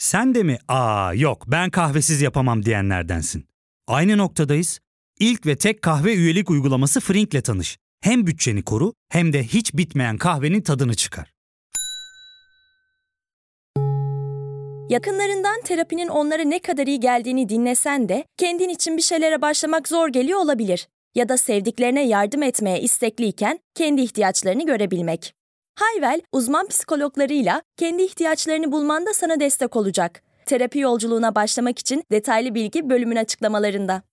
Sen de mi yok ben kahvesiz yapamam diyenlerdensin? Aynı noktadayız. İlk ve tek kahve üyelik uygulaması Frink'le tanış. Hem bütçeni koru hem de hiç bitmeyen kahvenin tadını çıkar. Yakınlarından terapinin onlara ne kadar iyi geldiğini dinlesen de kendin için bir şeylere başlamak zor geliyor olabilir. Ya da sevdiklerine yardım etmeye istekliyken kendi ihtiyaçlarını görebilmek. Hayvel, uzman psikologlarıyla kendi ihtiyaçlarını bulmanda sana destek olacak. Terapi yolculuğuna başlamak için detaylı bilgi bölümün açıklamalarında.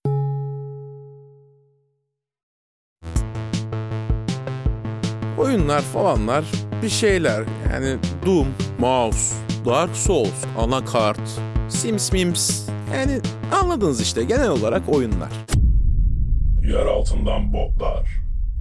Oyunlar falanlar bir şeyler. Yani Doom, Mouse, Dark Souls, Anakart, Sims Mims. Yani anladınız işte, genel olarak oyunlar. Yer altından botlar.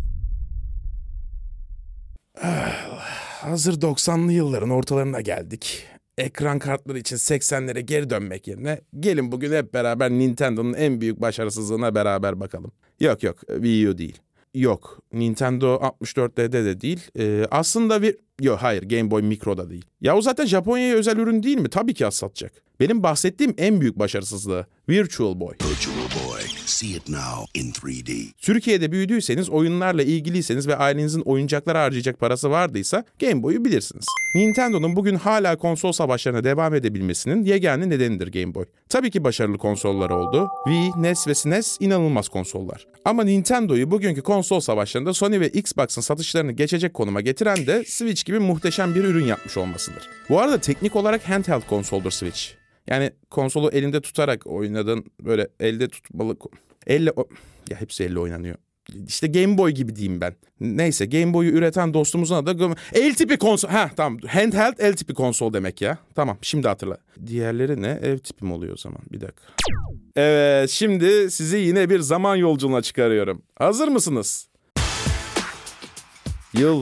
Hazır 90'lı yılların ortalarına geldik. Ekran kartları için 80'lere geri dönmek yerine gelin bugün hep beraber Nintendo'nun en büyük başarısızlığına beraber bakalım. Yok Wii U değil. Yok Nintendo 64'te de değil. Aslında hayır Game Boy Micro'da değil. Ya o zaten Japonya'ya özel ürün değil mi? Tabii ki az satacak. Benim bahsettiğim en büyük başarısızlığı Virtual Boy. Virtual Boy. See it now in 3D. Türkiye'de büyüdüyseniz, oyunlarla ilgiliyseniz ve ailenizin oyuncaklara harcayacak parası vardıysa Game Boy'u bilirsiniz. Nintendo'nun bugün hala konsol savaşlarına devam edebilmesinin yegane nedenidir Game Boy. Tabii ki başarılı konsollar oldu. Wii, NES ve SNES inanılmaz konsollar. Ama Nintendo'yu bugünkü konsol savaşlarında Sony ve Xbox'ın satışlarını geçecek konuma getiren de Switch gibi muhteşem bir ürün yapmış olmasıdır. Bu arada teknik olarak handheld konsoldur Switch. Yani konsolu elinde tutarak oynadın, böyle elde tutmalı. Ya hepsi elle oynanıyor. İşte Game Boy gibi diyeyim ben. Neyse, Game Boy'u üreten dostumuzun adı el tipi konsol. Tamam, handheld el tipi konsol demek ya. Tamam, şimdi hatırla. Diğerleri ne? Ev tipi mi oluyor o zaman? Bir dakika. Evet, şimdi sizi yine bir zaman yolculuğuna çıkarıyorum. Hazır mısınız? Yıl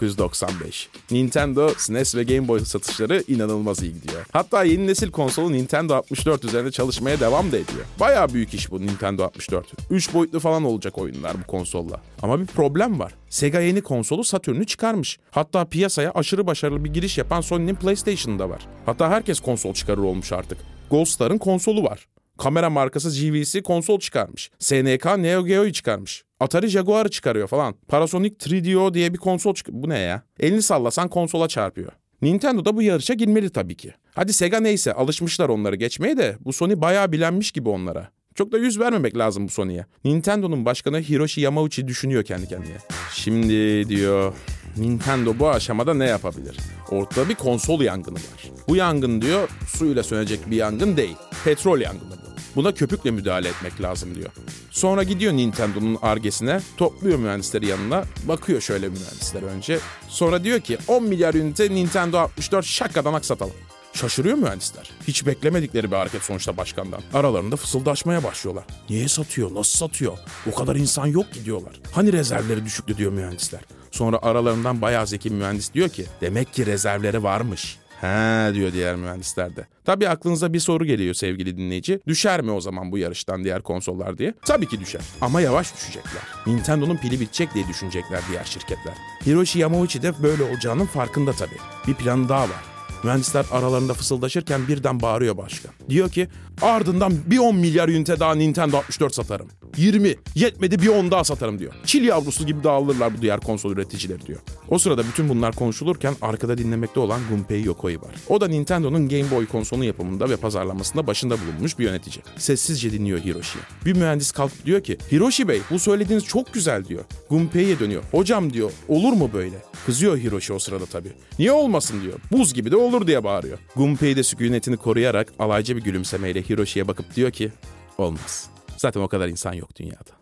1995. Nintendo, SNES ve Game Boy satışları inanılmaz iyi gidiyor. Hatta yeni nesil konsolu Nintendo 64 üzerinde çalışmaya devam da ediyor. Bayağı büyük iş bu Nintendo 64. 3 boyutlu falan olacak oyunlar bu konsolla. Ama bir problem var. Sega yeni konsolu Saturn'ü çıkarmış. Hatta piyasaya aşırı başarılı bir giriş yapan Sony'nin PlayStation'da var. Hatta herkes konsol çıkarır olmuş artık. Goldstar'ın konsolu var. Kamera markası GVC konsol çıkarmış. SNK Neo Geo'yu çıkarmış. Atari Jaguar'ı çıkarıyor falan. Panasonic 3DO diye bir konsol Bu ne ya? Elini sallasan konsola çarpıyor. Nintendo da bu yarışa girmeli tabii ki. Hadi Sega neyse, alışmışlar onları geçmeye de bu Sony bayağı bilenmiş gibi onlara. Çok da yüz vermemek lazım bu Sony'ye. Nintendo'nun başkanı Hiroshi Yamauchi düşünüyor kendi kendine. Şimdi diyor, Nintendo bu aşamada ne yapabilir? Ortada bir konsol yangını var. Bu yangın diyor suyla sönecek bir yangın değil. Petrol yangını bu. Buna köpükle müdahale etmek lazım diyor. Sonra gidiyor Nintendo'nun Ar-Ge'sine, topluyor mühendisleri yanına, bakıyor şöyle mühendisler önce. Sonra diyor ki 10 milyar ünite Nintendo 64 şakadanak satalım. Şaşırıyor mühendisler. Hiç beklemedikleri bir hareket sonuçta başkandan. Aralarında fısıldaşmaya başlıyorlar. Niye satıyor? Nasıl satıyor? O kadar insan yok ki diyorlar. Hani rezervleri düşüktü diyor mühendisler. Sonra aralarından bayağı zeki mühendis diyor ki demek ki rezervleri varmış. He diyor diğer mühendisler de. Tabii aklınıza bir soru geliyor sevgili dinleyici. Düşer mi o zaman bu yarıştan diğer konsollar diye? Tabii ki düşer. Ama yavaş düşecekler. Nintendo'nun pili bitecek diye düşünecekler diğer şirketler. Hiroshi Yamauchi de böyle olacağının farkında tabii. Bir planı daha var. Mühendisler aralarında fısıldaşırken birden bağırıyor başkan. Diyor ki ardından bir 10 milyar ünite daha Nintendo 64 satarım. 20, yetmedi bir 10 daha satarım diyor. Çil yavrusu gibi dağılırlar bu diğer konsol üreticileri diyor. O sırada bütün bunlar konuşulurken arkada dinlemekte olan Gunpei Yokoi var. O da Nintendo'nun Game Boy konsolunun yapımında ve pazarlamasında başında bulunmuş bir yönetici. Sessizce dinliyor Hiroshi'yi. Bir mühendis kalkıp diyor ki Hiroshi Bey bu söylediğiniz çok güzel diyor. Gunpei'ye dönüyor. Hocam diyor olur mu böyle? Kızıyor Hiroshi o sırada tabii. Niye olmasın diyor. Buz gibi de olur diye bağırıyor. Gunpei de sükunetini koruyarak alaycı bir gülümsemeyle Hiroshi'ye bakıp diyor ki olmaz. Zaten o kadar insan yok dünyada.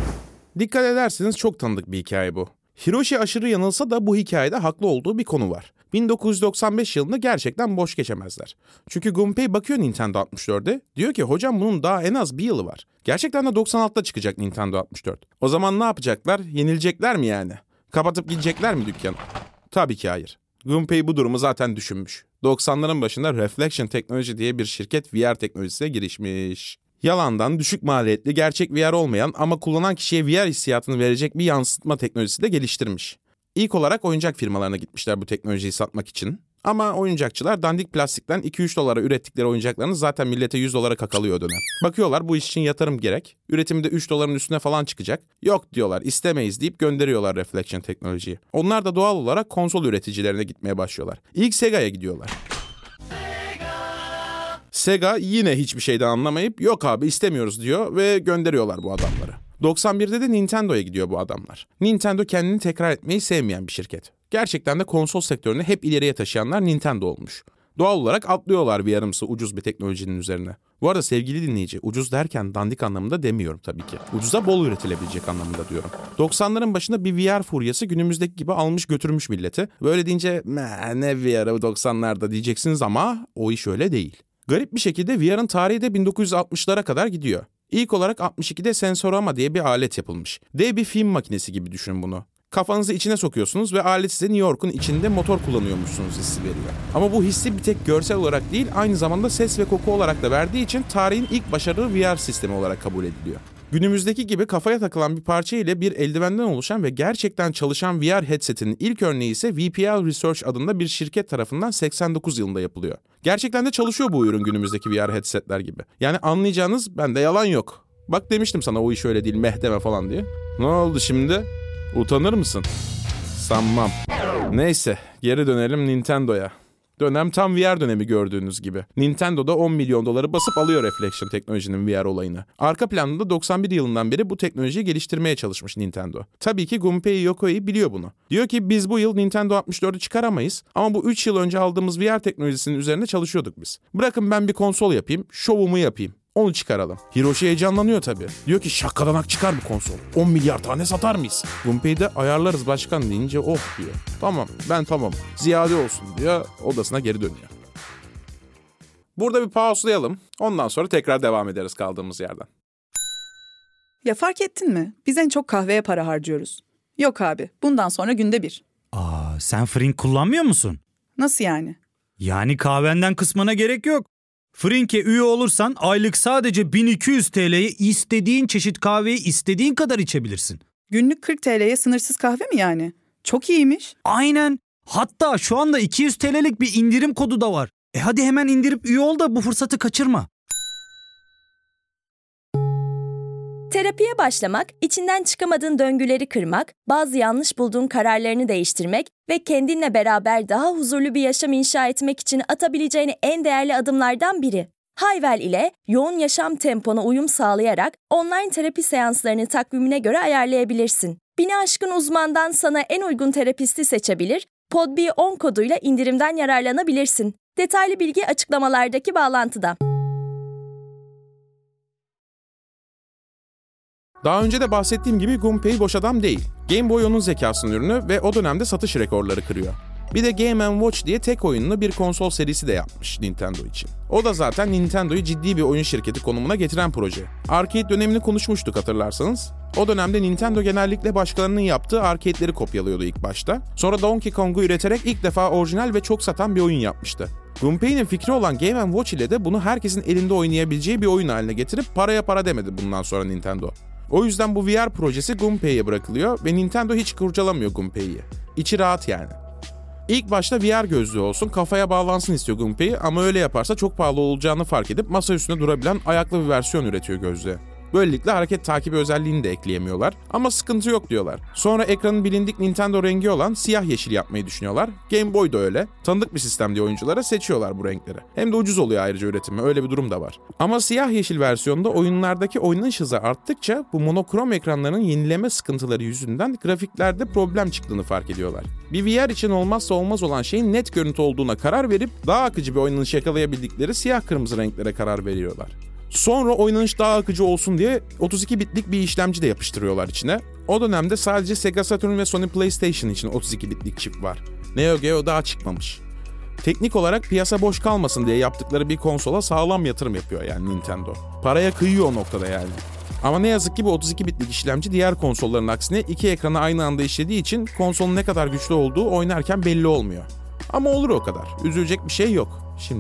Dikkat ederseniz çok tanıdık bir hikaye bu. Hiroshi aşırı yanılsa da bu hikayede haklı olduğu bir konu var. 1995 yılını gerçekten boş geçemezler. Çünkü Gunpei bakıyor Nintendo 64'e. Diyor ki hocam bunun daha en az bir yılı var. Gerçekten de 96'da çıkacak Nintendo 64. O zaman ne yapacaklar? Yenilecekler mi yani? Kapatıp gidecekler mi dükkanı? Tabii ki hayır. Gunpei bu durumu zaten düşünmüş. 90'ların başında Reflection Technology diye bir şirket VR teknolojisine girişmiş. Yalandan düşük maliyetli, gerçek VR olmayan ama kullanan kişiye VR hissiyatını verecek bir yansıtma teknolojisi de geliştirmiş. İlk olarak oyuncak firmalarına gitmişler bu teknolojiyi satmak için. Ama oyuncakçılar dandik plastikten 2-3 dolara ürettikleri oyuncaklarını zaten millete 100 dolara kakalıyor o dönem. Bakıyorlar bu iş için yatırım gerek. Üretimde 3 doların üstüne falan çıkacak. Yok diyorlar, istemeyiz deyip gönderiyorlar Reflection Teknoloji'yi. Onlar da doğal olarak konsol üreticilerine gitmeye başlıyorlar. İlk Sega'ya gidiyorlar. Sega yine hiçbir şeyden anlamayıp yok abi istemiyoruz diyor ve gönderiyorlar bu adamları. 91'de de Nintendo'ya gidiyor bu adamlar. Nintendo kendini tekrar etmeyi sevmeyen bir şirket. Gerçekten de konsol sektörünü hep ileriye taşıyanlar Nintendo olmuş. Doğal olarak atlıyorlar bir yarımsı ucuz bir teknolojinin üzerine. Bu arada sevgili dinleyici, ucuz derken dandik anlamında demiyorum tabii ki. Ucuza bol üretilebilecek anlamında diyorum. 90'ların başında bir VR furyası günümüzdeki gibi almış götürmüş milleti. Böyle deyince ne VR'ı 90'larda diyeceksiniz ama o iş öyle değil. Garip bir şekilde VR'ın tarihi de 1960'lara kadar gidiyor. İlk olarak 62'de Sensorama diye bir alet yapılmış. Dev bir film makinesi gibi düşünün bunu. Kafanızı içine sokuyorsunuz ve alet size New York'un içinde motor kullanıyormuşsunuz hissi veriyor. Ama bu hissi bir tek görsel olarak değil, aynı zamanda ses ve koku olarak da verdiği için tarihin ilk başarılı VR sistemi olarak kabul ediliyor. Günümüzdeki gibi kafaya takılan bir parça ile bir eldivenden oluşan ve gerçekten çalışan VR headsetinin ilk örneği ise VPL Research adında bir şirket tarafından 89 yılında yapılıyor. Gerçekten de çalışıyor bu ürün günümüzdeki VR headsetler gibi. Yani anlayacağınız bende yalan yok. Bak demiştim sana o iş öyle değil mehdeme falan diye. Ne oldu şimdi? Utanır mısın? Sanmam. Neyse geri dönelim Nintendo'ya. Dönem tam VR dönemi gördüğünüz gibi. Nintendo'da 10 milyon doları basıp alıyor Reflection Teknoloji'nin VR olayını. Arka planda da 91 yılından beri bu teknolojiyi geliştirmeye çalışmış Nintendo. Tabii ki Gunpei Yokoi biliyor bunu. Diyor ki biz bu yıl Nintendo 64'ü çıkaramayız ama bu 3 yıl önce aldığımız VR teknolojisinin üzerine çalışıyorduk biz. Bırakın ben bir konsol yapayım, şovumu yapayım. Onu çıkaralım. Hiroshi heyecanlanıyor tabii. Diyor ki şakadanak çıkar bu konsol. 10 milyar tane satar mıyız? Gunpei de ayarlarız başkan deyince oh diyor. Tamam ben tamam. Ziyade olsun diyor. Odasına geri dönüyor. Burada bir pauslayalım. Ondan sonra tekrar devam ederiz kaldığımız yerden. Ya fark ettin mi? Biz en çok kahveye para harcıyoruz. Yok abi, bundan sonra günde bir. Sen Frink kullanmıyor musun? Nasıl yani? Yani kahvenden kısmına gerek yok. Frink'e üye olursan aylık sadece 1200 TL'ye istediğin çeşit kahveyi istediğin kadar içebilirsin. Günlük 40 TL'ye sınırsız kahve mi yani? Çok iyiymiş. Aynen. Hatta şu anda 200 TL'lik bir indirim kodu da var. Hadi hemen indirip üye ol da bu fırsatı kaçırma. Terapiye başlamak, içinden çıkamadığın döngüleri kırmak, bazı yanlış bulduğun kararlarını değiştirmek ve kendinle beraber daha huzurlu bir yaşam inşa etmek için atabileceğin en değerli adımlardan biri. Hayvel ile yoğun yaşam tempona uyum sağlayarak online terapi seanslarını takvimine göre ayarlayabilirsin. 1000'i aşkın uzmandan sana en uygun terapisti seçebilir, PodB10 koduyla indirimden yararlanabilirsin. Detaylı bilgi açıklamalardaki bağlantıda. Daha önce de bahsettiğim gibi Gunpei boş adam değil. Game Boy onun zekasının ürünü ve o dönemde satış rekorları kırıyor. Bir de Game & Watch diye tek oyunlu bir konsol serisi de yapmış Nintendo için. O da zaten Nintendo'yu ciddi bir oyun şirketi konumuna getiren proje. Arcade dönemini konuşmuştuk hatırlarsanız. O dönemde Nintendo genellikle başkalarının yaptığı arcade'leri kopyalıyordu ilk başta. Sonra Donkey Kong'u üreterek ilk defa orijinal ve çok satan bir oyun yapmıştı. Gunpei'nin fikri olan Game & Watch ile de bunu herkesin elinde oynayabileceği bir oyun haline getirip paraya para demedi bundan sonra Nintendo. O yüzden bu VR projesi Gunpei'ye bırakılıyor ve Nintendo hiç kurcalamıyor Gunpei'yi. İçi rahat yani. İlk başta VR gözlüğü olsun, kafaya bağlansın istiyor Gunpei ama öyle yaparsa çok pahalı olacağını fark edip masa üstünde durabilen ayaklı bir versiyon üretiyor gözlüğe. Böylelikle hareket takibi özelliğini de ekleyemiyorlar ama sıkıntı yok diyorlar. Sonra ekranın bilindik Nintendo rengi olan siyah yeşil yapmayı düşünüyorlar. Game Boy da öyle. Tanıdık bir sistem diye oyunculara seçiyorlar bu renkleri. Hem de ucuz oluyor ayrıca üretimi, öyle bir durum da var. Ama siyah yeşil versiyonda oyunlardaki oynanış hızı arttıkça bu monokrom ekranların yenileme sıkıntıları yüzünden grafiklerde problem çıktığını fark ediyorlar. Bir VR için olmazsa olmaz olan şeyin net görüntü olduğuna karar verip daha akıcı bir oynanış yakalayabildikleri siyah kırmızı renklere karar veriyorlar. Sonra oynanış daha akıcı olsun diye 32 bitlik bir işlemci de yapıştırıyorlar içine. O dönemde sadece Sega Saturn ve Sony PlayStation için 32 bitlik çip var. Neo Geo daha çıkmamış. Teknik olarak piyasa boş kalmasın diye yaptıkları bir konsola sağlam yatırım yapıyor yani Nintendo. Paraya kıyıyor o noktada yani. Ama ne yazık ki bu 32 bitlik işlemci diğer konsolların aksine iki ekranı aynı anda işlediği için konsolun ne kadar güçlü olduğu oynarken belli olmuyor. Ama olur o kadar. Üzülecek bir şey yok şimdilik.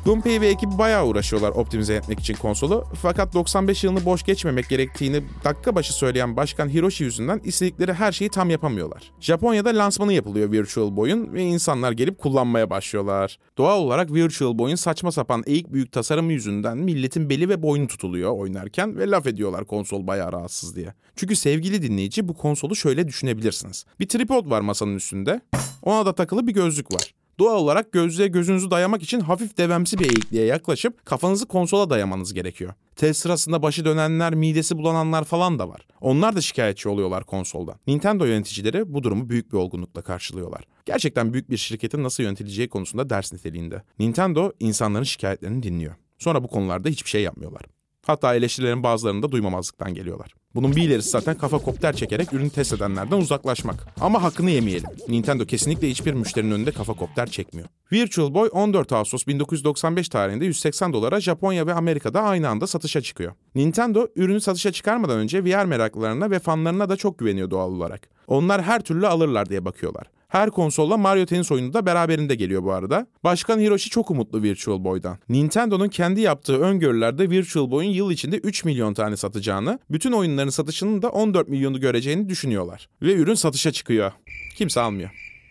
Gunpei ve ekibi bayağı uğraşıyorlar optimize etmek için konsolu. Fakat 95 yılını boş geçmemek gerektiğini dakika başı söyleyen Başkan Hiroshi yüzünden istedikleri her şeyi tam yapamıyorlar. Japonya'da lansmanı yapılıyor Virtual Boy'un ve insanlar gelip kullanmaya başlıyorlar. Doğal olarak Virtual Boy'un saçma sapan eğik büyük tasarımı yüzünden milletin beli ve boynu tutuluyor oynarken ve laf ediyorlar konsol bayağı rahatsız diye. Çünkü sevgili dinleyici, bu konsolu şöyle düşünebilirsiniz. Bir tripod var masanın üstünde, ona da takılı bir gözlük var. Doğal olarak gözlüğe gözünüzü dayamak için hafif devemsi bir eğikliğe yaklaşıp kafanızı konsola dayamanız gerekiyor. Test sırasında başı dönenler, midesi bulananlar falan da var. Onlar da şikayetçi oluyorlar konsoldan. Nintendo yöneticileri bu durumu büyük bir olgunlukla karşılıyorlar. Gerçekten büyük bir şirketin nasıl yönetileceği konusunda ders niteliğinde. Nintendo insanların şikayetlerini dinliyor. Sonra bu konularda hiçbir şey yapmıyorlar. Hatta eleştirilerin bazılarını da duymamazlıktan geliyorlar. Bunun bir ilerisi zaten kafa kopter çekerek ürünü test edenlerden uzaklaşmak. Ama hakkını yemeyelim. Nintendo kesinlikle hiçbir müşterinin önünde kafa kopter çekmiyor. Virtual Boy 14 Ağustos 1995 tarihinde $180 Japonya ve Amerika'da aynı anda satışa çıkıyor. Nintendo ürünü satışa çıkarmadan önce VR meraklılarına ve fanlarına da çok güveniyor doğal olarak. Onlar her türlü alırlar diye bakıyorlar. Her konsolla Mario Tennis oyunu da beraberinde geliyor bu arada. Başkan Hiroshi çok umutlu Virtual Boy'dan. Nintendo'nun kendi yaptığı öngörülerde Virtual Boy'un yıl içinde 3 milyon tane satacağını, bütün oyunların satışının da 14 milyonu göreceğini düşünüyorlar. Ve ürün satışa çıkıyor. Kimse almıyor.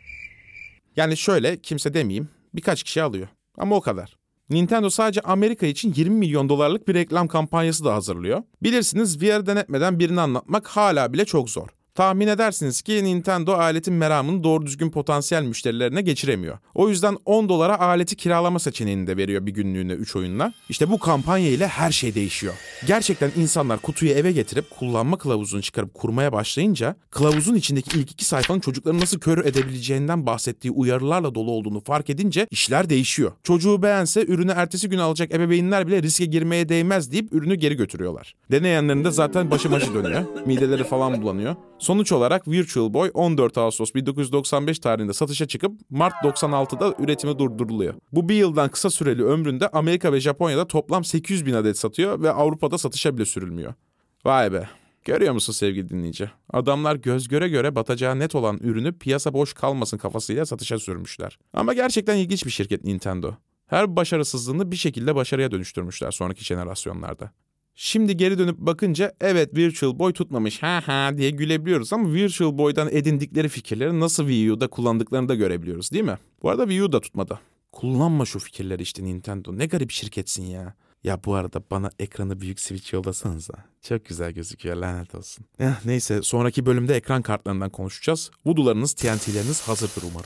Yani şöyle, kimse demeyeyim, birkaç kişi alıyor. Ama o kadar. Nintendo sadece Amerika için $20 milyon bir reklam kampanyası da hazırlıyor. Bilirsiniz, VR denetmeden birini anlatmak hala bile çok zor. Tahmin edersiniz ki Nintendo aletin meramını doğru düzgün potansiyel müşterilerine geçiremiyor. O yüzden $10 aleti kiralama seçeneğini de veriyor bir günlüğüne 3 oyunla. İşte bu kampanya ile her şey değişiyor. Gerçekten insanlar kutuyu eve getirip kullanma kılavuzunu çıkarıp kurmaya başlayınca, kılavuzun içindeki ilk 2 sayfanın çocukları nasıl kör edebileceğinden bahsettiği uyarılarla dolu olduğunu fark edince işler değişiyor. Çocuğu beğense ürünü ertesi gün alacak ebeveynler bile riske girmeye değmez deyip ürünü geri götürüyorlar. Deneyenlerin de zaten başı dönüyor. Mideleri falan bulanıyor. Sonuç olarak Virtual Boy 14 Ağustos 1995 tarihinde satışa çıkıp Mart 96'da üretimi durduruluyor. Bu bir yıldan kısa süreli ömründe Amerika ve Japonya'da toplam 800 bin adet satıyor ve Avrupa'da satışa bile sürülmüyor. Vay be. Görüyor musun sevgili dinleyici? Adamlar göz göre göre batacağı net olan ürünü piyasa boş kalmasın kafasıyla satışa sürmüşler. Ama gerçekten ilginç bir şirket Nintendo. Her başarısızlığını bir şekilde başarıya dönüştürmüşler sonraki jenerasyonlarda. Şimdi geri dönüp bakınca evet Virtual Boy tutmamış ha diye gülebiliyoruz ama Virtual Boy'dan edindikleri fikirleri nasıl Wii U'da kullandıklarını da görebiliyoruz değil mi? Bu arada Wii U da tutmadı. Kullanma şu fikirleri işte Nintendo. Ne garip şirketsin ya. Ya bu arada bana ekranı büyük Switch yollasanıza. Çok güzel gözüküyor, lanet olsun. Neyse, sonraki bölümde ekran kartlarından konuşacağız. Voodoo'larınız, TNT'leriniz hazırdır umarım.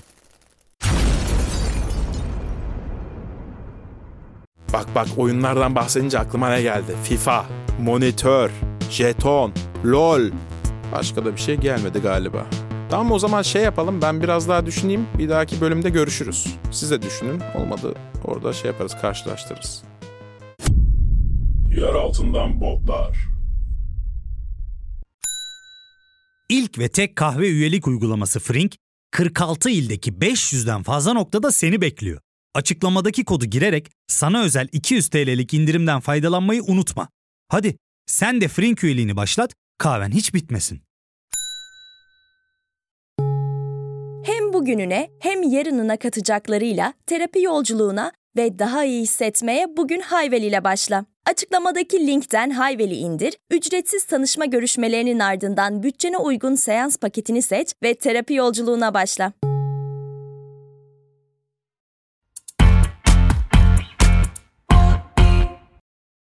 Bak oyunlardan bahsedince aklıma ne geldi? FIFA, monitör, jeton, LOL. Başka da bir şey gelmedi galiba. Tamam, o zaman şey yapalım, ben biraz daha düşüneyim. Bir dahaki bölümde görüşürüz. Siz de düşünün. Olmadı orada şey yaparız, karşılaştırırız. Yer altından botlar. İlk ve tek kahve üyelik uygulaması Frink, 46 ildeki 500'den fazla noktada seni bekliyor. Açıklamadaki kodu girerek sana özel 200 TL'lik indirimden faydalanmayı unutma. Hadi sen de Frink üyeliğini başlat, kahven hiç bitmesin. Hem bugününe hem yarınına katacaklarıyla terapi yolculuğuna ve daha iyi hissetmeye bugün Hayvel ile başla. Açıklamadaki linkten Hayvel'i indir, ücretsiz tanışma görüşmelerinin ardından bütçene uygun seans paketini seç ve terapi yolculuğuna başla.